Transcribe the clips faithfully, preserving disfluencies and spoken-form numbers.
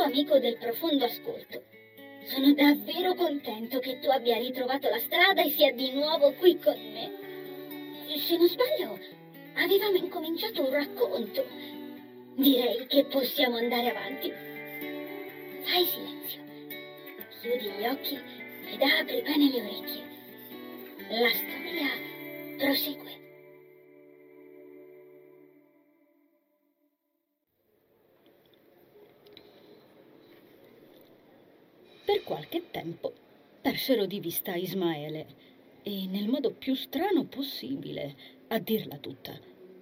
amico del profondo ascolto, sono davvero contento che tu abbia ritrovato la strada e sia di nuovo qui con me. Se non sbaglio, avevamo incominciato un racconto. Direi che possiamo andare avanti. Fai silenzio, chiudi gli occhi ed apri bene le orecchie. La storia prosegue. Per qualche tempo persero di vista Ismaele e nel modo più strano possibile, a dirla tutta.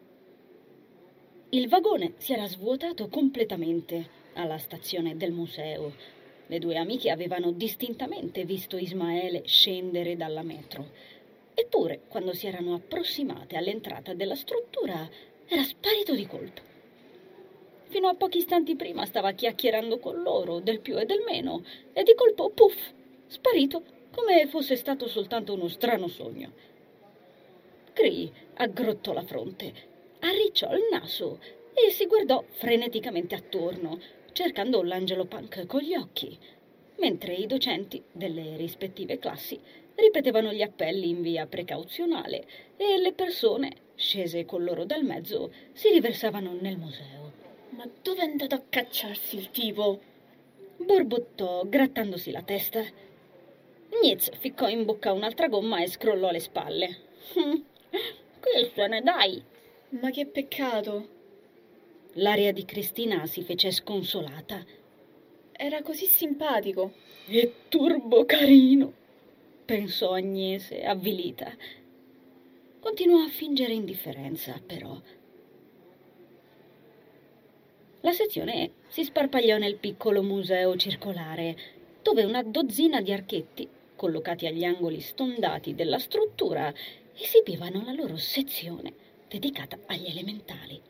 Il vagone si era svuotato completamente alla stazione del museo. Le due amiche avevano distintamente visto Ismaele scendere dalla metro. Eppure, quando si erano approssimate all'entrata della struttura, era sparito di colpo. Fino a pochi istanti prima stava chiacchierando con loro del più e del meno, e di colpo, puff, sparito, come fosse stato soltanto uno strano sogno. Cree aggrottò la fronte, arricciò il naso e si guardò freneticamente attorno, cercando l'angelo punk con gli occhi, mentre i docenti delle rispettive classi ripetevano gli appelli in via precauzionale e le persone, scese con loro dal mezzo, si riversavano nel museo. Ma dove è andato a cacciarsi il tipo? Borbottò, grattandosi la testa. Niez ficcò in bocca un'altra gomma e scrollò le spalle. Che se ne dai? Ma che peccato! L'aria di Cristina si fece sconsolata. Era così simpatico. E turbo carino, pensò Agnese, avvilita. Continuò a fingere indifferenza, però. La sezione E si sparpagliò nel piccolo museo circolare, dove una dozzina di archetti, collocati agli angoli stondati della struttura, esibivano la loro sezione dedicata agli elementali.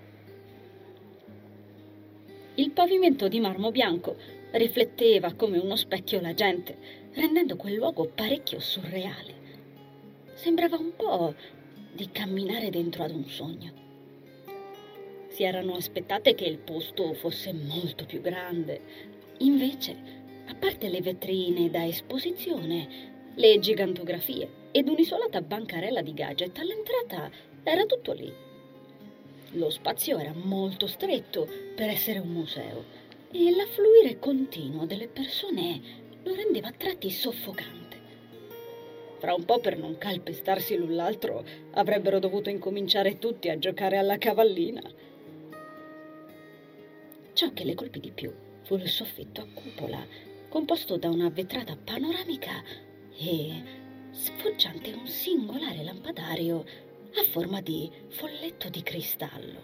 Il pavimento di marmo bianco rifletteva come uno specchio la gente, rendendo quel luogo parecchio surreale. Sembrava un po' di camminare dentro ad un sogno. Si erano aspettate che il posto fosse molto più grande. Invece, a parte le vetrine da esposizione, le gigantografie ed un'isolata bancarella di gadget all'entrata, era tutto lì. Lo spazio era molto stretto per essere un museo e l'affluire continuo delle persone lo rendeva a tratti soffocante. Fra un po', per non calpestarsi l'un l'altro, avrebbero dovuto incominciare tutti a giocare alla cavallina. Ciò che le colpì di più fu il soffitto a cupola, composto da una vetrata panoramica e sfoggiante un singolare lampadario a forma di folletto di cristallo.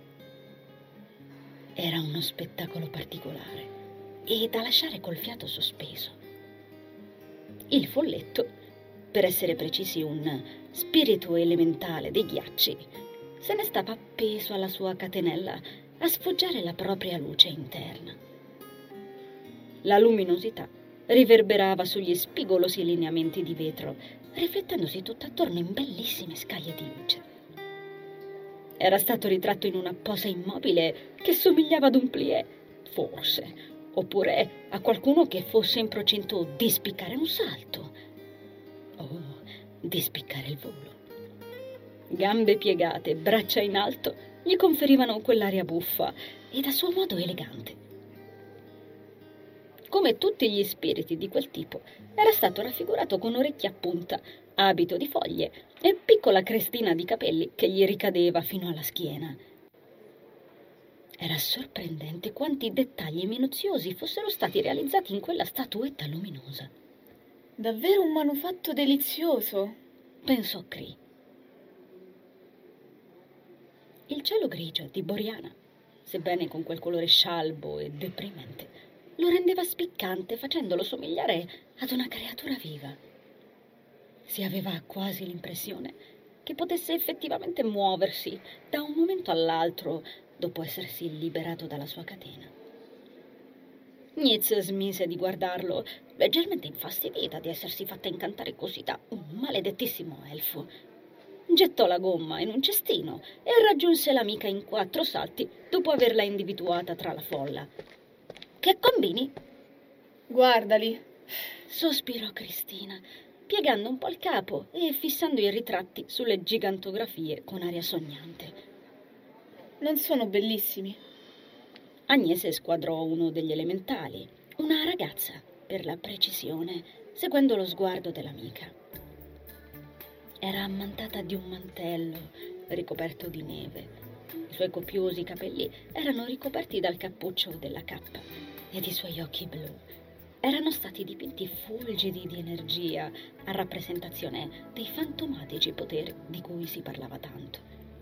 Era uno spettacolo particolare e da lasciare col fiato sospeso. Il folletto, per essere precisi un spirito elementale dei ghiacci, se ne stava appeso alla sua catenella a sfoggiare la propria luce interna. La luminosità riverberava sugli spigolosi lineamenti di vetro, riflettendosi tutt'attorno in bellissime scaglie di luce. Era stato ritratto in una posa immobile che somigliava ad un plié, forse, oppure a qualcuno che fosse in procinto di spiccare un salto o di spiccare il volo. Gambe piegate, braccia in alto, gli conferivano quell'aria buffa ed a suo modo elegante. Come tutti gli spiriti di quel tipo, era stato raffigurato con orecchie a punta, abito di foglie e piccola crestina di capelli che gli ricadeva fino alla schiena. Era sorprendente quanti dettagli minuziosi fossero stati realizzati in quella statuetta luminosa. Davvero un manufatto delizioso, pensò Cree. Il cielo grigio di Boriana, sebbene con quel colore scialbo e deprimente, lo rendeva spiccante, facendolo somigliare ad una creatura viva. Si aveva quasi l'impressione che potesse effettivamente muoversi da un momento all'altro dopo essersi liberato dalla sua catena. Niez smise di guardarlo, leggermente infastidita di essersi fatta incantare così da un maledettissimo elfo. Gettò la gomma in un cestino e raggiunse l'amica in quattro salti dopo averla individuata tra la folla. Che combini? Guardali. Sospirò Cristina, piegando un po' il capo e fissando i ritratti sulle gigantografie con aria sognante. Non sono bellissimi? Agnese squadrò uno degli elementali, una ragazza, per la precisione, seguendo lo sguardo dell'amica. Era ammantata di un mantello ricoperto di neve. I suoi copiosi capelli erano ricoperti dal cappuccio della cappa ed i suoi occhi blu erano stati dipinti fulgidi di energia a rappresentazione dei fantomatici poteri di cui si parlava tanto.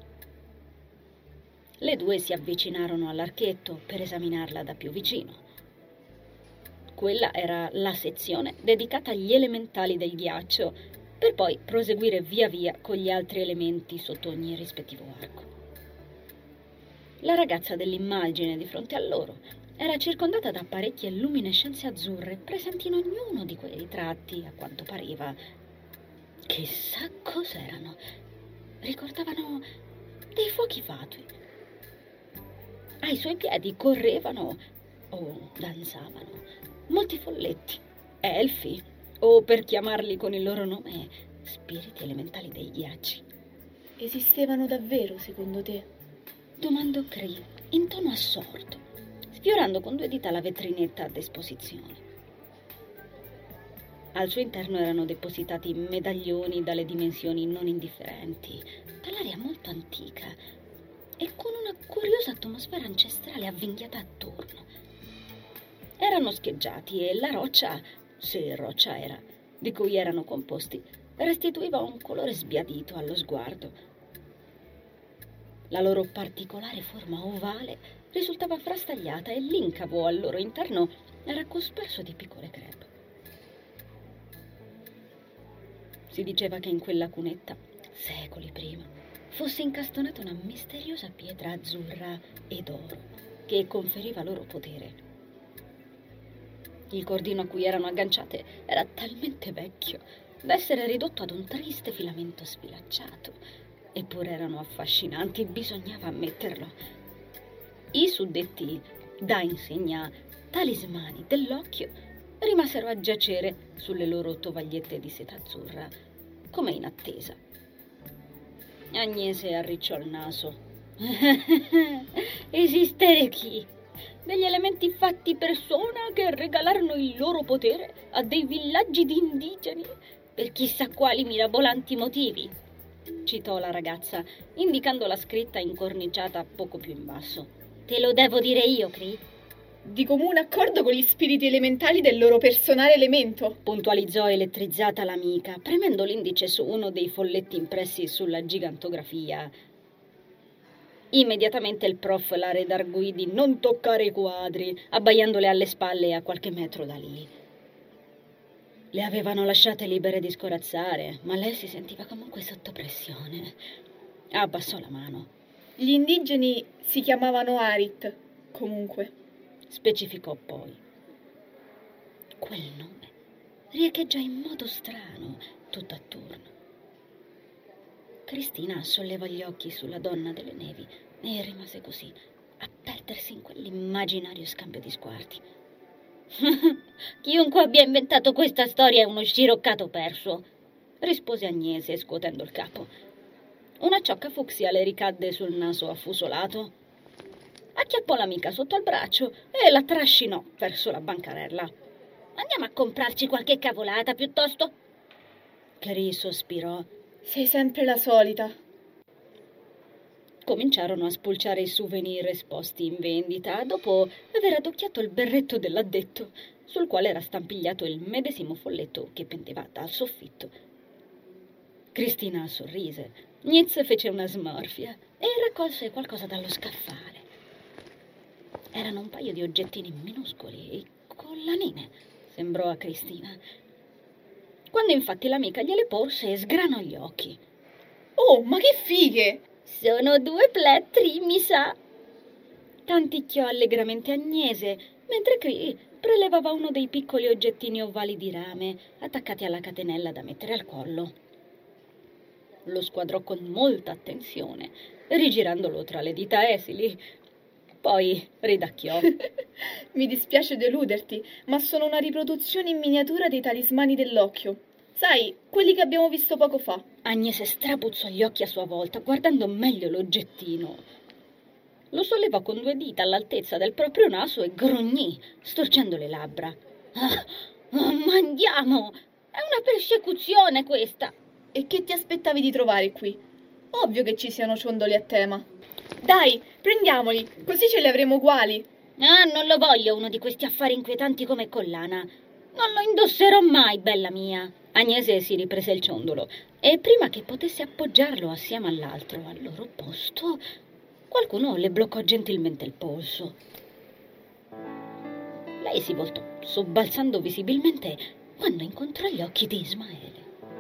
Le due si avvicinarono all'archetto per esaminarla da più vicino. Quella era la sezione dedicata agli elementali del ghiaccio, per poi proseguire via via con gli altri elementi sotto ogni rispettivo arco. La ragazza dell'immagine di fronte a loro era circondata da parecchie luminescenze azzurre presenti in ognuno di quei ritratti, a quanto pareva. Chissà cos'erano. Ricordavano dei fuochi fatui. Ai suoi piedi correvano o danzavano molti folletti, elfi, o per chiamarli con il loro nome, spiriti elementali dei ghiacci. Esistevano davvero, secondo te? Domandò Cree, in tono assorto, sfiorando con due dita la vetrinetta ad esposizione. Al suo interno erano depositati medaglioni dalle dimensioni non indifferenti, dall'aria molto antica e con una curiosa atmosfera ancestrale avvinghiata attorno. Erano scheggiati e la roccia, se roccia era, di cui erano composti, restituiva un colore sbiadito allo sguardo. La loro particolare forma ovale risultava frastagliata e l'incavo al loro interno era cosparso di piccole crepe. Si diceva che in quella cunetta, secoli prima, fosse incastonata una misteriosa pietra azzurra ed oro che conferiva loro potere. Il cordino a cui erano agganciate era talmente vecchio da essere ridotto ad un triste filamento sfilacciato. Eppure erano affascinanti, bisognava ammetterlo. I suddetti, da insegna, talismani dell'occhio rimasero a giacere sulle loro tovagliette di seta azzurra, come in attesa. Agnese arricciò il naso. Esistere chi? Degli elementi fatti persona che regalarono il loro potere a dei villaggi di indigeni per chissà quali mirabolanti motivi, citò la ragazza, indicando la scritta incorniciata poco più in basso. Te lo devo dire io, Cree? Di comune accordo con gli spiriti elementali del loro personale elemento, puntualizzò elettrizzata l'amica, premendo l'indice su uno dei folletti impressi sulla gigantografia. Immediatamente il prof la redarguì di non toccare i quadri, abbaiandole alle spalle a qualche metro da lì. Le avevano lasciate libere di scorazzare, ma lei si sentiva comunque sotto pressione. Abbassò la mano. Gli indigeni si chiamavano Arit, comunque, specificò poi. Quel nome riecheggia in modo strano tutto attorno. Cristina sollevò gli occhi sulla donna delle nevi e rimase così, a perdersi in quell'immaginario scambio di sguardi. Chiunque abbia inventato questa storia è uno sciroccato perso, rispose Agnese scuotendo il capo. Una ciocca fucsia le ricadde sul naso affusolato. Acchiappò l'amica sotto al braccio e la trascinò verso la bancarella. Andiamo a comprarci qualche cavolata piuttosto? Cree sospirò. Sei sempre la solita. Cominciarono a spulciare i souvenir esposti in vendita dopo aver adocchiato il berretto dell'addetto, sul quale era stampigliato il medesimo folletto che pendeva dal soffitto. Cristina sorrise, Nitz fece una smorfia e raccolse qualcosa dallo scaffale. Erano un paio di oggettini minuscoli e collanine, sembrò a Cristina. Quando infatti l'amica gliele porse, sgranò gli occhi. Oh, ma che fighe! Sono due plettri, mi sa. Tanticchiò allegramente Agnese, mentre Cree prelevava uno dei piccoli oggettini ovali di rame attaccati alla catenella da mettere al collo. Lo squadrò con molta attenzione, rigirandolo tra le dita esili. poi ridacchiò. Mi dispiace deluderti, ma sono una riproduzione in miniatura dei talismani dell'occhio. Sai, quelli che abbiamo visto poco fa. Agnese strabuzzò gli occhi a sua volta, guardando meglio l'oggettino. Lo sollevò con due dita all'altezza del proprio naso e grugnì, storcendo le labbra. Ah, oh, ma andiamo! È una persecuzione questa! E che ti aspettavi di trovare qui? Ovvio che ci siano ciondoli a tema. Dai, prendiamoli, così ce li avremo uguali. Ah, non lo voglio uno di questi affari inquietanti come collana. Non lo indosserò mai, bella mia. Agnese si riprese il ciondolo e prima che potesse appoggiarlo assieme all'altro al loro posto, qualcuno le bloccò gentilmente il polso. Lei si voltò, sobbalzando visibilmente, quando incontrò gli occhi di Ismaele.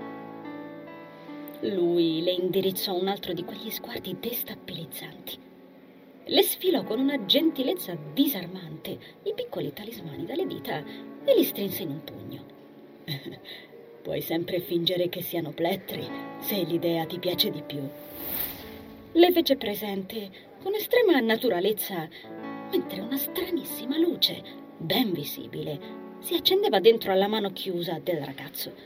Lui le indirizzò un altro di quegli sguardi destabilizzanti. Le sfilò con una gentilezza disarmante i piccoli talismani dalle dita e li strinse in un pugno. Puoi sempre fingere che siano plettri, se l'idea ti piace di più. Le fece presente con estrema naturalezza, mentre una stranissima luce, ben visibile, si accendeva dentro alla mano chiusa del ragazzo.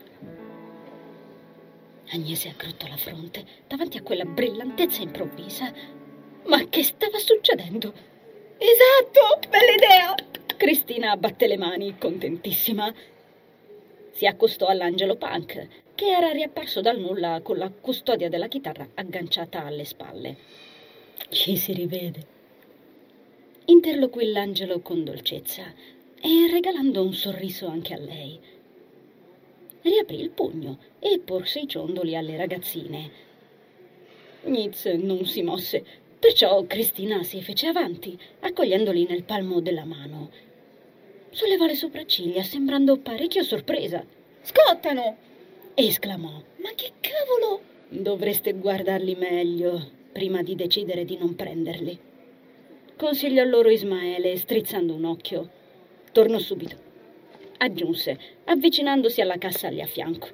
Agnese aggrottò la fronte davanti a quella brillantezza improvvisa. Ma che stava succedendo? Esatto, bella idea! Cristina batté le mani, contentissima. Si accostò all'angelo punk, che era riapparso dal nulla con la custodia della chitarra agganciata alle spalle. Chi si rivede? Interloquì l'angelo con dolcezza e regalando un sorriso anche a lei. Riaprì il pugno e porse i ciondoli alle ragazzine. Nitz non si mosse, perciò Cristina si fece avanti, accogliendoli nel palmo della mano. Sollevò le sopracciglia, sembrando parecchio sorpresa. Scottano! Esclamò. Ma che cavolo! Dovreste guardarli meglio prima di decidere di non prenderli. Consigliò loro Ismaele, strizzando un occhio. Torno subito, aggiunse, avvicinandosi alla cassa lì a fianco.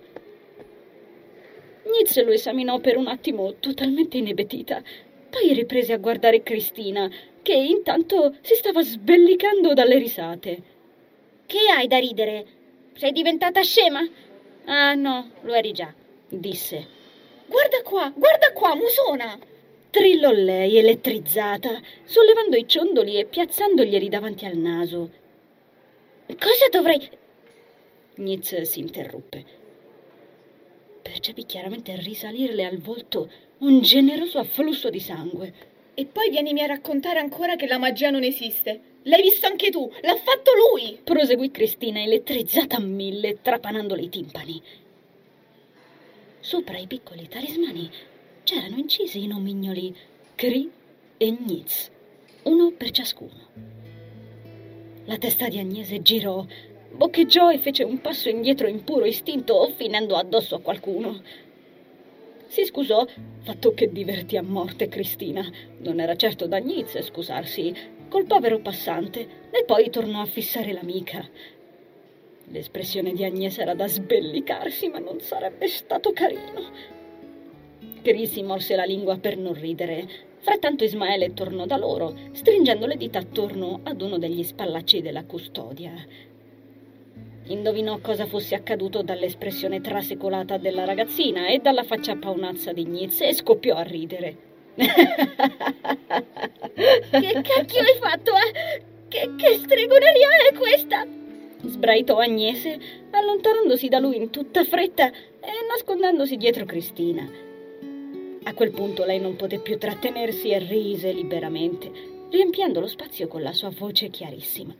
Nitz lo esaminò per un attimo, totalmente inebetita. Poi riprese a guardare Cristina, che intanto si stava sbellicando dalle risate. Che hai da ridere? Sei diventata scema? Ah, no, lo eri già, disse. Guarda qua, guarda qua, musona! Trillò lei, elettrizzata, sollevando i ciondoli e piazzandoglieli davanti al naso. Cosa dovrei... Nitz si interruppe. Percepì chiaramente risalirle al volto un generoso afflusso di sangue. E poi vienimi a raccontare ancora che la magia non esiste. L'hai visto anche tu, l'ha fatto lui! Proseguì Cristina, elettrizzata a mille, trapanandole i timpani. Sopra i piccoli talismani c'erano incisi i nomignoli Cri e Nitz, uno per ciascuno. La testa di Agnese girò, boccheggiò e fece un passo indietro in puro istinto, finendo addosso a qualcuno. Si scusò, fatto che divertì a morte Cristina. Non era certo da Nitz scusarsi col povero passante, e poi tornò a fissare l'amica. L'espressione di Agnese era da sbellicarsi, ma non sarebbe stato carino. Cri si morse la lingua per non ridere. Frattanto Ismaele tornò da loro, stringendo le dita attorno ad uno degli spallacci della custodia. Indovinò cosa fosse accaduto dall'espressione trasecolata della ragazzina e dalla faccia paonazza di Nitz e scoppiò a ridere. Che cacchio hai fatto, eh? Che, che stregoneria è questa? Sbraitò Agnese, allontanandosi da lui in tutta fretta e nascondendosi dietro Cristina. A quel punto lei non poté più trattenersi e rise liberamente, riempiendo lo spazio con la sua voce chiarissima.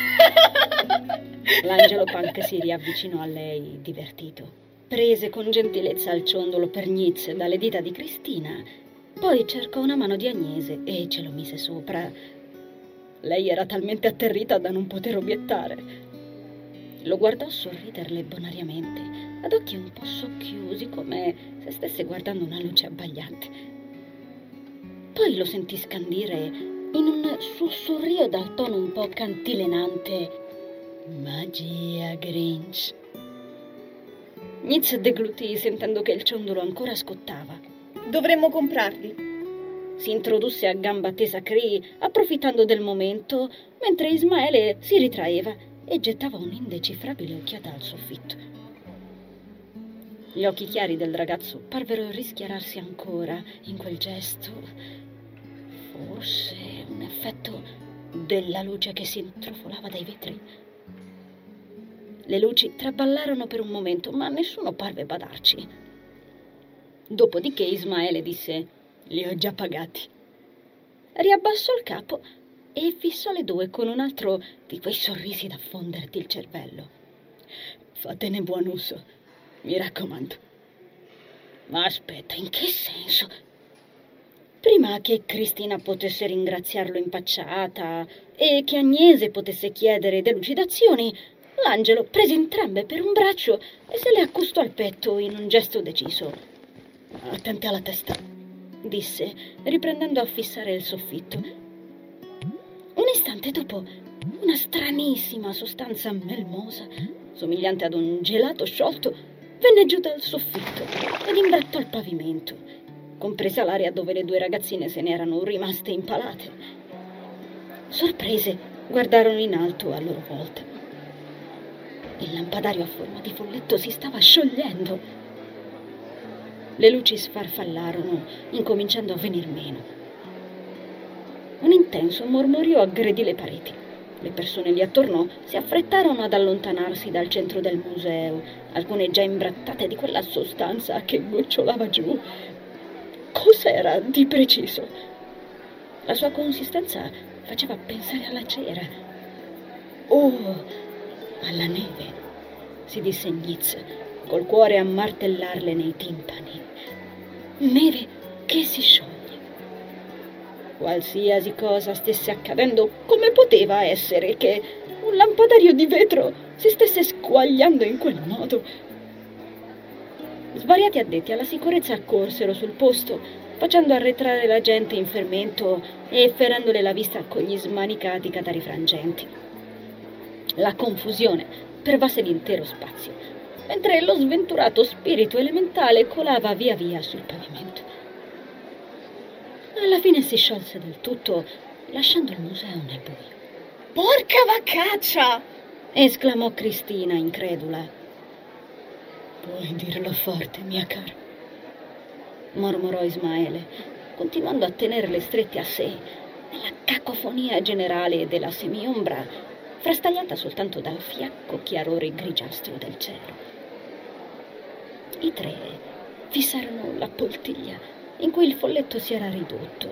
L'angelo punk si riavvicinò a lei, divertito. Prese con gentilezza il ciondolo per Nitz dalle dita di Cristina, poi cercò una mano di Agnese e ce lo mise sopra. Lei era talmente atterrita da non poter obiettare. Lo guardò sorriderle bonariamente, ad occhi un po' socchiusi, come se stesse guardando una luce abbagliante. Poi lo sentì scandire in un sussurrio dal tono un po' cantilenante: magia, Grinch. Nitz deglutì, sentendo che il ciondolo ancora scottava. Dovremmo comprarli. si introdusse a gamba tesa Cree, approfittando del momento, mentre Ismaele si ritraeva e gettava un'indecifrabile occhiata al soffitto. Gli occhi chiari del ragazzo parvero rischiararsi ancora in quel gesto. Forse un effetto della luce che si intrufolava dai vetri. Le luci traballarono per un momento, ma nessuno parve badarci. Dopodiché Ismaele disse: «Li ho già pagati». Riabbassò il capo e fissò le due con un altro di quei sorrisi da fonderti il cervello. «Fatene buon uso, mi raccomando». «Ma aspetta, in che senso?» Prima che Cristina potesse ringraziarlo impacciata e che Agnese potesse chiedere delucidazioni, l'angelo prese entrambe per un braccio e se le accostò al petto in un gesto deciso. «Attenti alla testa», disse, riprendendo a fissare il soffitto. Un istante dopo, una stranissima sostanza melmosa, somigliante ad un gelato sciolto, venne giù dal soffitto ed imbrattò il pavimento, compresa l'area dove le due ragazzine se ne erano rimaste impalate. Sorprese, guardarono in alto a loro volta. Il lampadario a forma di folletto si stava sciogliendo. Le luci sfarfallarono, incominciando a venir meno. Un intenso mormorio aggredì le pareti. Le persone lì attorno si affrettarono ad allontanarsi dal centro del museo, alcune già imbrattate di quella sostanza che gocciolava giù. Cos'era di preciso? La sua consistenza faceva pensare alla cera. «Oh, alla neve», si disse Nitz, col cuore a martellarle nei timpani. «Neve che si scioglie». Qualsiasi cosa stesse accadendo, come poteva essere che un lampadario di vetro si stesse squagliando in quel modo? Svariati addetti alla sicurezza accorsero sul posto, facendo arretrare la gente in fermento e ferendole la vista con gli smanicati catari frangenti. La confusione pervase l'intero spazio, mentre lo sventurato spirito elementale colava via via sul pavimento. Alla fine si sciolse del tutto, lasciando il museo nel buio. «Porca vacaccia!» esclamò Cristina, incredula. «Puoi dirlo forte, mia cara», mormorò Ismaele, continuando a tenerle strette a sé, nella cacofonia generale della semiombra, frastagliata soltanto dal fiacco chiarore grigiastro del cielo. I tre fissarono la poltiglia in cui il folletto si era ridotto,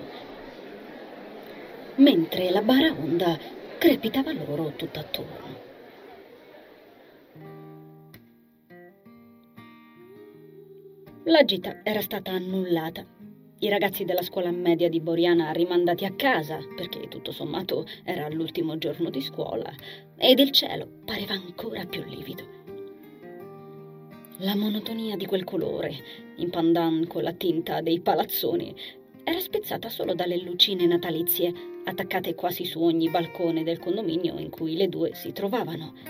mentre la baraonda crepitava loro tutt'attorno. La gita era stata annullata. I ragazzi della scuola media di Boriana rimandati a casa, perché tutto sommato era l'ultimo giorno di scuola, ed il cielo pareva ancora più livido. La monotonia di quel colore, in pandan con la tinta dei palazzoni, era spezzata solo dalle lucine natalizie, attaccate quasi su ogni balcone del condominio in cui le due si trovavano.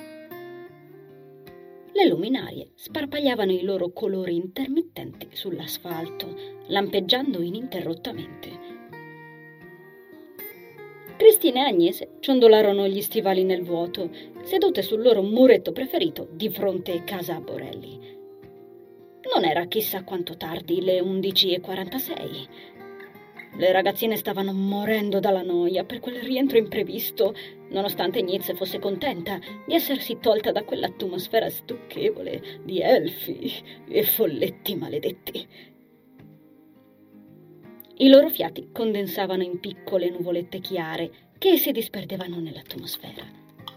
Le luminarie sparpagliavano i loro colori intermittenti sull'asfalto, lampeggiando ininterrottamente. Cristina e Agnese ciondolarono gli stivali nel vuoto, sedute sul loro muretto preferito di fronte a casa Borelli. Non era chissà quanto tardi, le undici e quarantasei. Le ragazzine stavano morendo dalla noia per quel rientro imprevisto, nonostante Nitz fosse contenta di essersi tolta da quell'atmosfera stucchevole di elfi e folletti maledetti. I loro fiati condensavano in piccole nuvolette chiare che si disperdevano nell'atmosfera.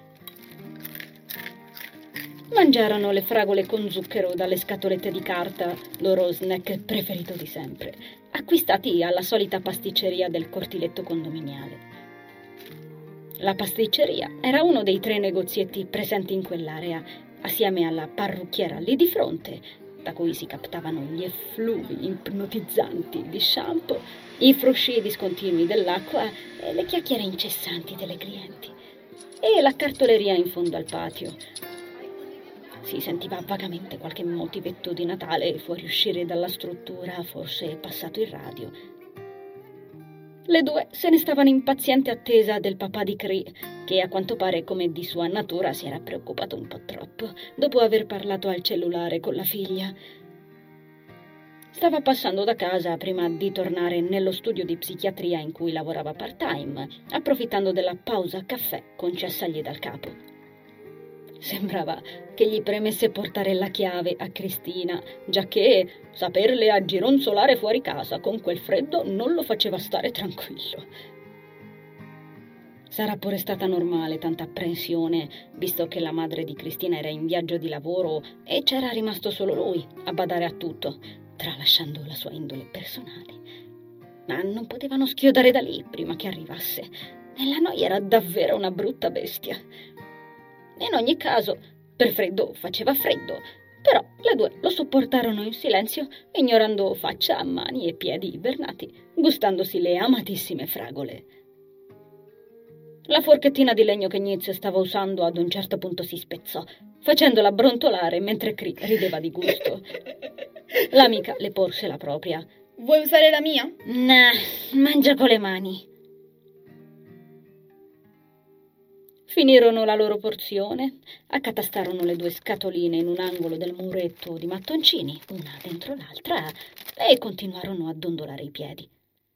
Mangiarono le fragole con zucchero dalle scatolette di carta, loro snack preferito di sempre, acquistati alla solita pasticceria del cortiletto condominiale. La pasticceria era uno dei tre negozietti presenti in quell'area, assieme alla parrucchiera lì di fronte, da cui si captavano gli effluvi ipnotizzanti di shampoo, i frusci discontinui dell'acqua e le chiacchiere incessanti delle clienti, e la cartoleria in fondo al patio. Si sentiva vagamente qualche motivetto di Natale fuoriuscire dalla struttura, forse passato il radio. Le due se ne stavano in paziente attesa del papà di Cree, che a quanto pare, come di sua natura, si era preoccupato un po' troppo dopo aver parlato al cellulare con la figlia. Stava passando da casa prima di tornare nello studio di psichiatria in cui lavorava part-time, approfittando della pausa caffè concessagli dal capo. Sembrava che gli premesse portare la chiave a Cristina, giacché saperle aggironzolare fuori casa con quel freddo non lo faceva stare tranquillo. Sarà pure stata normale tanta apprensione, visto che la madre di Cristina era in viaggio di lavoro e c'era rimasto solo lui a badare a tutto, tralasciando la sua indole personale. Ma non potevano schiodare da lì prima che arrivasse, e la noia era davvero una brutta bestia. In ogni caso, per freddo faceva freddo, però le due lo sopportarono in silenzio, ignorando faccia, mani e piedi ibernati, gustandosi le amatissime fragole. La forchettina di legno che Nitz stava usando ad un certo punto si spezzò, facendola brontolare mentre Cree rideva di gusto. L'amica le porse la propria. Vuoi usare la mia? Nah, mangia con le mani. Finirono la loro porzione, accatastarono le due scatoline in un angolo del muretto di mattoncini, una dentro l'altra, e continuarono a dondolare i piedi.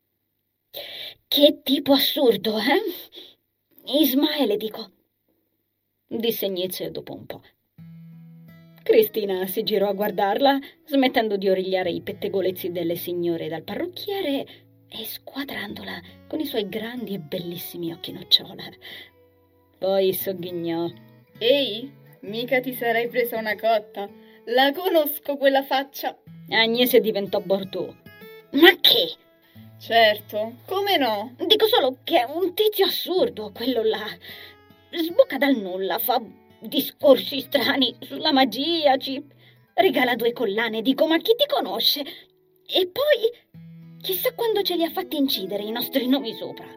«Che tipo assurdo, eh? Ismaele, dico», disse Nitz dopo un po'. Cristina si girò a guardarla, smettendo di origliare i pettegolezzi delle signore dal parrucchiere e squadrandola con i suoi grandi e bellissimi occhi nocciola. Poi sogghignò. Ehi, mica ti sarai presa una cotta. La conosco quella faccia. Agnese diventò Bordeaux. Ma che? Certo, come no? Dico solo che è un tizio assurdo, quello là. Sbocca dal nulla, fa discorsi strani sulla magia, ci regala due collane, dico, ma chi ti conosce? E poi, chissà quando ce li ha fatti incidere i nostri nomi sopra.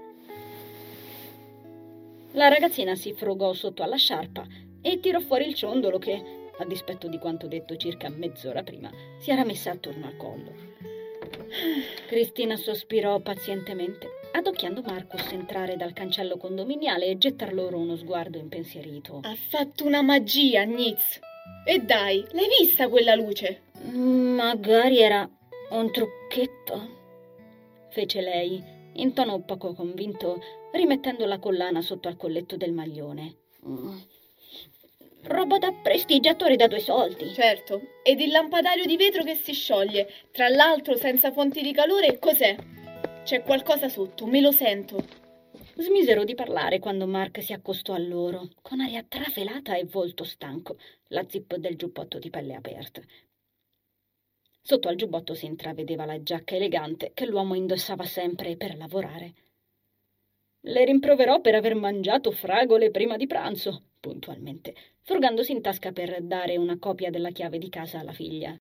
La ragazzina si frugò sotto alla sciarpa e tirò fuori il ciondolo che, a dispetto di quanto detto circa mezz'ora prima, si era messa attorno al collo. Cristina sospirò pazientemente, adocchiando Marcus entrare dal cancello condominiale e gettar loro uno sguardo impensierito. Ha fatto una magia, Nitz. E dai, l'hai vista quella luce? Magari era un trucchetto, fece lei, in tono poco convinto, rimettendo la collana sotto al colletto del maglione. Mm. Roba da prestigiatore da due soldi. Certo, ed il lampadario di vetro che si scioglie, tra l'altro senza fonti di calore, cos'è? C'è qualcosa sotto, me lo sento. Smisero di parlare quando Mark si accostò a loro, con aria trafelata e volto stanco, la zip del giubbotto di pelle aperta. Sotto al giubbotto si intravedeva la giacca elegante che l'uomo indossava sempre per lavorare. Le rimproverò per aver mangiato fragole prima di pranzo, puntualmente, frugandosi in tasca per dare una copia della chiave di casa alla figlia.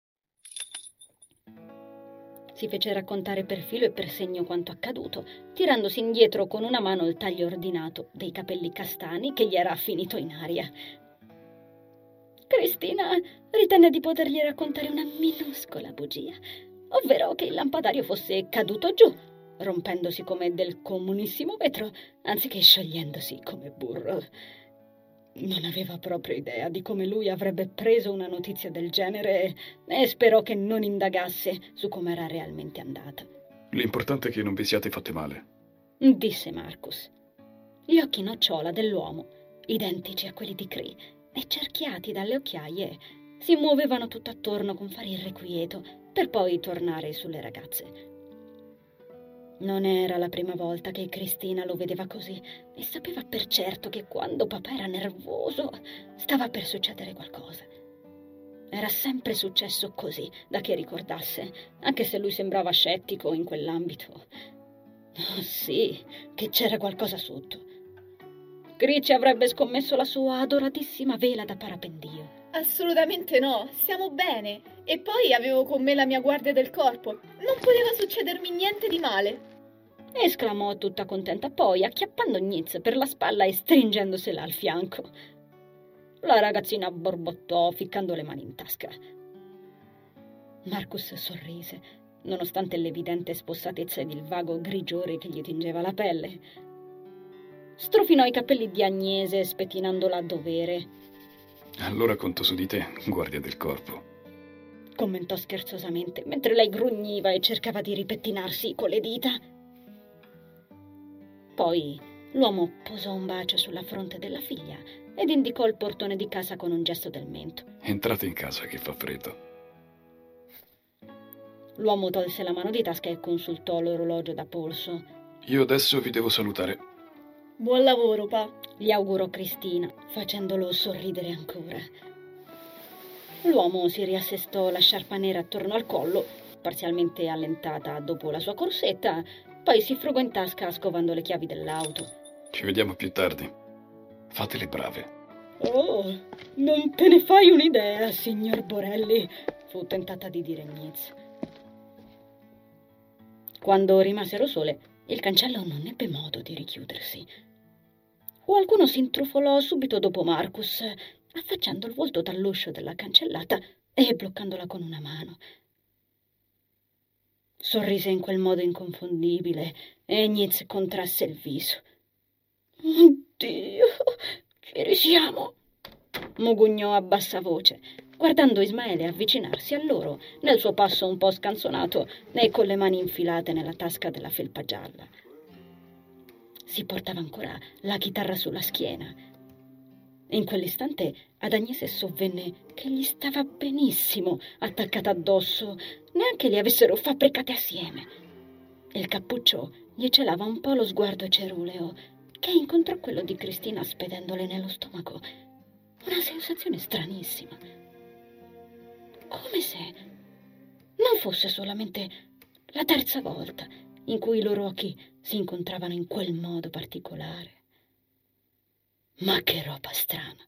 Si fece raccontare per filo e per segno quanto accaduto, tirandosi indietro con una mano il taglio ordinato dei capelli castani che gli era finito in aria. Cristina ritenne di potergli raccontare una minuscola bugia, ovvero che il lampadario fosse caduto giù, rompendosi come del comunissimo vetro, anziché sciogliendosi come burro. Non aveva proprio idea di come lui avrebbe preso una notizia del genere e sperò che non indagasse su come era realmente andata. L'importante è che non vi siate fatte male, disse Marcus. Gli occhi nocciola dell'uomo, identici a quelli di Cree, e cerchiati dalle occhiaie, si muovevano tutt'attorno con fare irrequieto, per poi tornare sulle ragazze. Non era la prima volta che Cristina lo vedeva così e sapeva per certo che quando papà era nervoso stava per succedere qualcosa. Era sempre successo così, da che ricordasse, anche se lui sembrava scettico in quell'ambito. Oh sì, che c'era qualcosa sotto. Cree ci avrebbe scommesso la sua adoratissima vela da parapendio. Assolutamente no, stiamo bene. E poi avevo con me la mia guardia del corpo. Non poteva succedermi niente di male. Esclamò tutta contenta poi, acchiappando Nitz per la spalla e stringendosela al fianco. La ragazzina borbottò, ficcando le mani in tasca. Marcus sorrise nonostante l'evidente spossatezza ed il vago grigiore che gli tingeva la pelle. Strofinò i capelli di Agnese spettinandola a dovere. Allora conto su di te, guardia del corpo. Commentò scherzosamente, mentre lei grugniva e cercava di ripettinarsi con le dita. Poi l'uomo posò un bacio sulla fronte della figlia ed indicò il portone di casa con un gesto del mento. Entrate in casa che fa freddo. L'uomo tolse la mano di tasca e consultò l'orologio da polso. Io adesso vi devo salutare. Buon lavoro, pa. Gli augurò Cristina, facendolo sorridere ancora. L'uomo si riassestò la sciarpa nera attorno al collo, parzialmente allentata dopo la sua corsetta, poi si frugò in tasca scovando le chiavi dell'auto. Ci vediamo più tardi. Fate le brave. Oh, non te ne fai un'idea, signor Borelli, fu tentata di dire Agnese. Quando rimasero sole, il cancello non ebbe modo di richiudersi. Qualcuno si intrufolò subito dopo Marcus, affacciando il volto dall'uscio della cancellata e bloccandola con una mano. Sorrise in quel modo inconfondibile e Agnese contrasse il viso. «Oddio, ci risiamo!» mugugnò a bassa voce, guardando Ismaele avvicinarsi a loro nel suo passo un po' scanzonato e con le mani infilate nella tasca della felpa gialla. Si portava ancora la chitarra sulla schiena. In quell'istante ad Agnese sovvenne che gli stava benissimo attaccata addosso, neanche li avessero fabbricate assieme. Il cappuccio gli celava un po' lo sguardo ceruleo, che incontrò quello di Cristina spedendole nello stomaco una sensazione stranissima, come se non fosse solamente la terza volta in cui i loro occhi si incontravano in quel modo particolare. Ma che roba strana!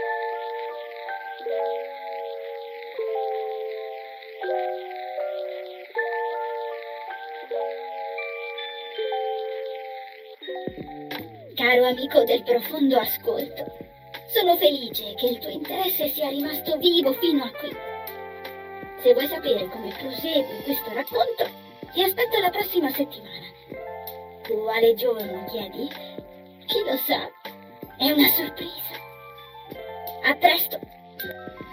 Caro amico del profondo ascolto, sono felice che il tuo interesse sia rimasto vivo fino a qui. Se vuoi sapere come prosegue questo racconto, ti aspetto la prossima settimana. Quale giorno chiedi? Chi lo sa? È una sorpresa. A presto!